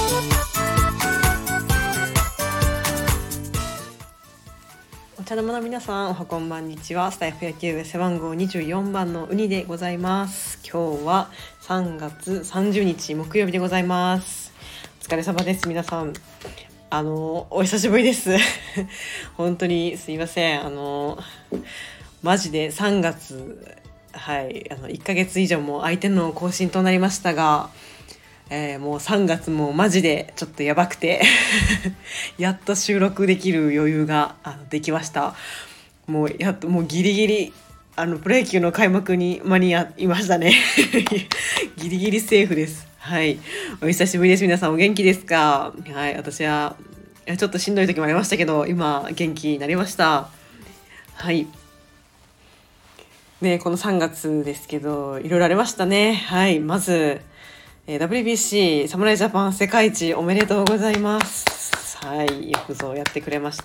お茶の間の皆さん、おはこんばんにちは。スタイフ野球部背番号24番のウニでございます。今日は3月30日木曜日でございます。お疲れ様です。皆さん、お久しぶりです本当にすいません。マジで3月、1ヶ月以上も空いての更新となりましたが、もう3月もマジでちょっとやばくてやっと収録できる余裕ができました。もうやっともうギリギリプロ野球の開幕に間に合いましたねギリギリセーフです。はい、お久しぶりです。皆さんお元気ですか？はい、私はちょっとしんどい時もありましたけど、今元気になりました。はいね、この3月ですけどいろいろありましたね。はい、まずWBC 侍ジャパン世界一おめでとうございます。はい、よくぞやってくれました。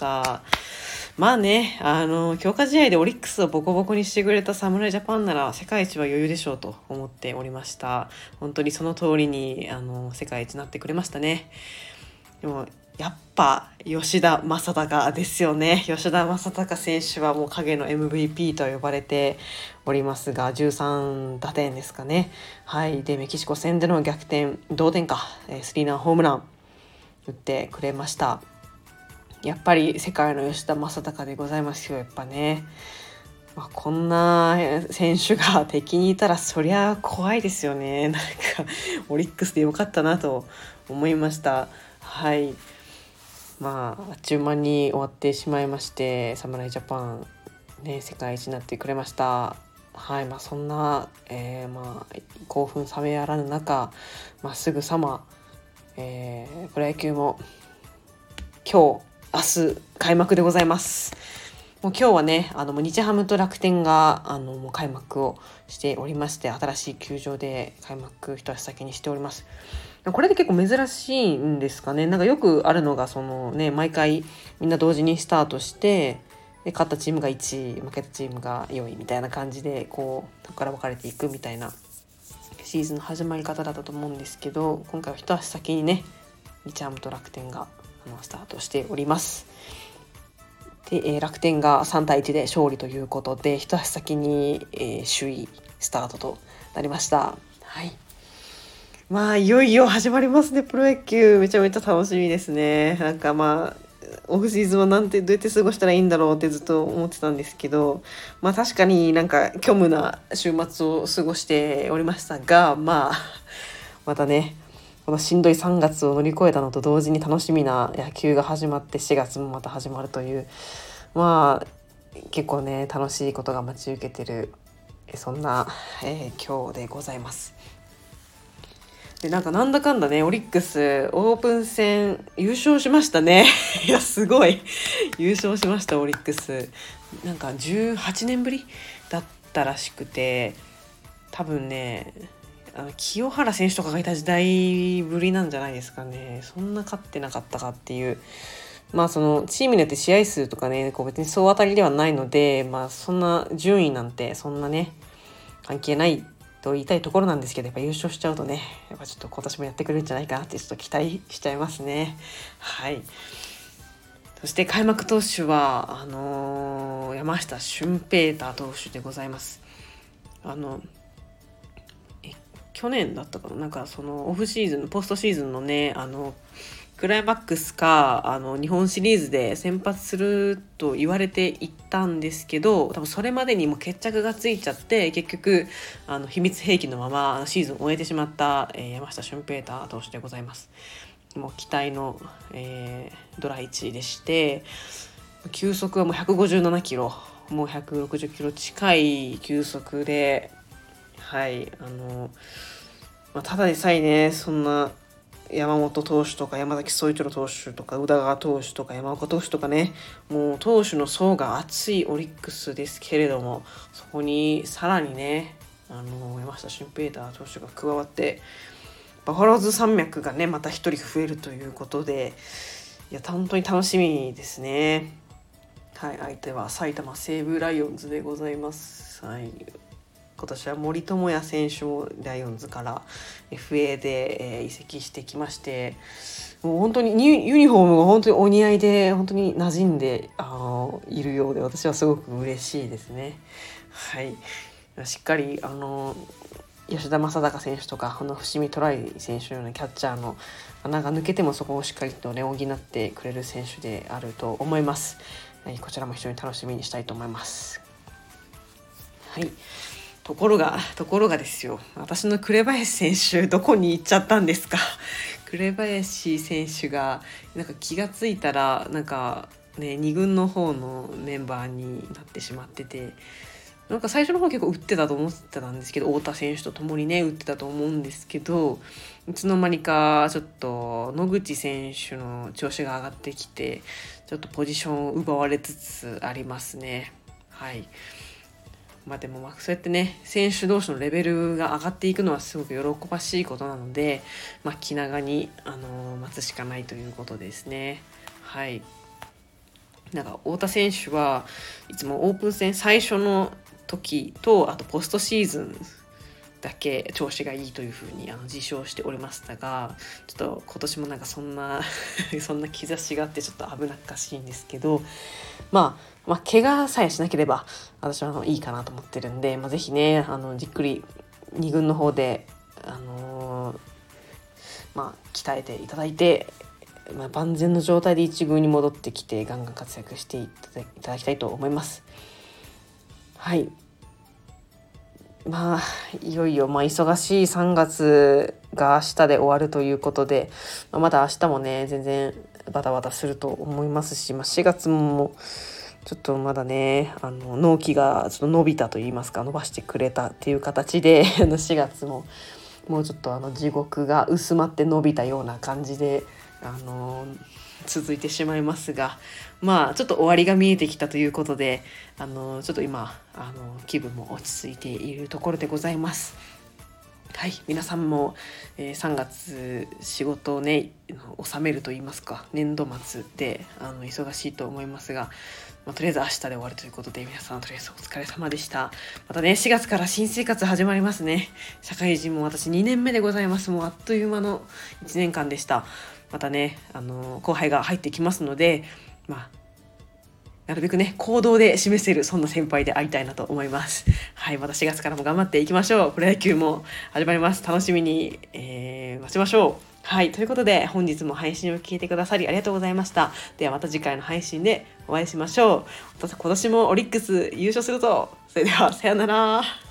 まあね、強化試合でオリックスをボコボコにしてくれた侍ジャパンなら世界一は余裕でしょうと思っておりました。本当にその通りに世界一になってくれましたね。でもやっぱ吉田正尚ですよね。吉田正尚選手はもう影の MVP と呼ばれておりますが、13打点ですかね。はい、でメキシコ戦での逆転同点か、スリーランホームラン打ってくれました。やっぱり世界の吉田正尚でございますよ。やっぱね、こんな選手が敵にいたらそりゃ怖いですよね。なんかオリックスでよかったなと思いました。はい、あっちゅう間に終わってしまいまして、侍ジャパンね世界一になってくれました。はい、そんな、興奮冷めやらぬ中、すぐさま、プロ野球も今日明日開幕でございます。もう今日はねもう日ハムと楽天がもう開幕をしておりまして、新しい球場で開幕一足先にしております。これで結構珍しいんですかね。なんかよくあるのがそのね、毎回みんな同時にスタートしてで勝ったチームが1位負けたチームが4位みたいな感じでこうそこから分かれていくみたいなシーズンの始まり方だったと思うんですけど、今回は一足先にね日ハムと楽天がスタートしております。で、楽天が3対1で勝利ということで一足先に、首位スタートとなりました。はい、いよいよ始まりますね。プロ野球めちゃめちゃ楽しみですね。なんかオフシーズンはどうやって過ごしたらいいんだろうってずっと思ってたんですけど、確かになんか虚無な週末を過ごしておりましたが、またねこのしんどい3月を乗り越えたのと同時に楽しみな野球が始まって4月もまた始まるという、結構ね楽しいことが待ち受けてるそんな、今日でございます。でなんだかんだねオリックスオープン戦優勝しましたねいやすごい優勝しました。オリックスなんか18年ぶりだったらしくて、多分ね清原選手とかがいた時代ぶりなんじゃないですかね。そんな勝ってなかったかっていう、そのチームによって試合数とかね別に総当たりではないので、そんな順位なんてそんなね関係ないと言いたいところなんですけど、やっぱ優勝しちゃうとねやっぱちょっと今年もやってくれるんじゃないかなってちょっと期待しちゃいますね。はい、そして開幕投手は山下舜平太投手でございます。去年だったかな、なんかそのオフシーズンポストシーズンのねクライマックスか日本シリーズで先発すると言われていったんですけど、多分それまでにも決着がついちゃって結局秘密兵器のままシーズンを終えてしまった、山下舜平太投手でございます。もう期待の、ドラ1でして、球速はもう157キロ、もう160キロ近い球速で、はいただでさえねそんな山本投手とか山崎颯一郎投手とか宇田川投手とか山岡投手とかね、もう投手の層が厚いオリックスですけれども、そこにさらにね山下舜平太投手が加わってバファローズ山脈がねまた一人増えるということで、いや本当に楽しみですね。はい、相手は埼玉西武ライオンズでございます。はい、 今年は森友哉選手もライオンズから FA で、移籍してきまして、もう本当にユニフォームが本当にお似合いで本当に馴染んでいるようで、私はすごく嬉しいですね。はい、しっかり吉田正尚選手とか伏見トライ選手のようなキャッチャーの穴が抜けてもそこをしっかりとね補ってくれる選手であると思います。はい、こちらも非常に楽しみにしたいと思います。はい、ところがですよ、私の紅林選手どこに行っちゃったんですか。紅林選手がなんか気がついたらなんかね2軍の方のメンバーになってしまってて、なんか最初の方結構打ってたと思ってたんですけど、太田選手と共にね打ってたと思うんですけど、いつの間にかちょっと野口選手の調子が上がってきて、ちょっとポジションを奪われつつありますね。はい、でもそうやってね選手同士のレベルが上がっていくのはすごく喜ばしいことなので、気長に待つしかないということですね。はい、なんか太田選手はいつもオープン戦最初の時とあとポストシーズンだけ調子がいいというふうに自称しておりましたが、ちょっと今年もなんかそんなそんな兆しがあってちょっと危なっかしいんですけど、怪我さえしなければ私はいいかなと思ってるんで、ぜひねじっくり2軍の方で鍛えていただいて、万全の状態で1軍に戻ってきてガンガン活躍していただきたいと思います。はい、いよいよ忙しい3月が明日で終わるということで、まだ明日もね全然バタバタすると思いますし、4月もちょっとまだね納期がちょっと伸びたといいますか、伸ばしてくれたっていう形で4月ももうちょっと地獄が薄まって伸びたような感じで続いてしまいますが、ちょっと終わりが見えてきたということでちょっと今気分も落ち着いているところでございます。はい、皆さんも、3月仕事をね収めるといいますか年度末で忙しいと思いますが、とりあえず明日で終わるということで皆さんとりあえずお疲れ様でした。またね4月から新生活始まりますね。社会人も私2年目でございます。もうあっという間の1年間でした。またね後輩が入ってきますので、なるべくね行動で示せるそんな先輩でありたいなと思います。はい、また4月からも頑張っていきましょう。プロ野球も始まります。楽しみに、待ちましょう。はい、ということで本日も配信を聞いてくださりありがとうございました。ではまた次回の配信でお会いしましょう。今年もオリックス優勝するぞ。それではさようなら。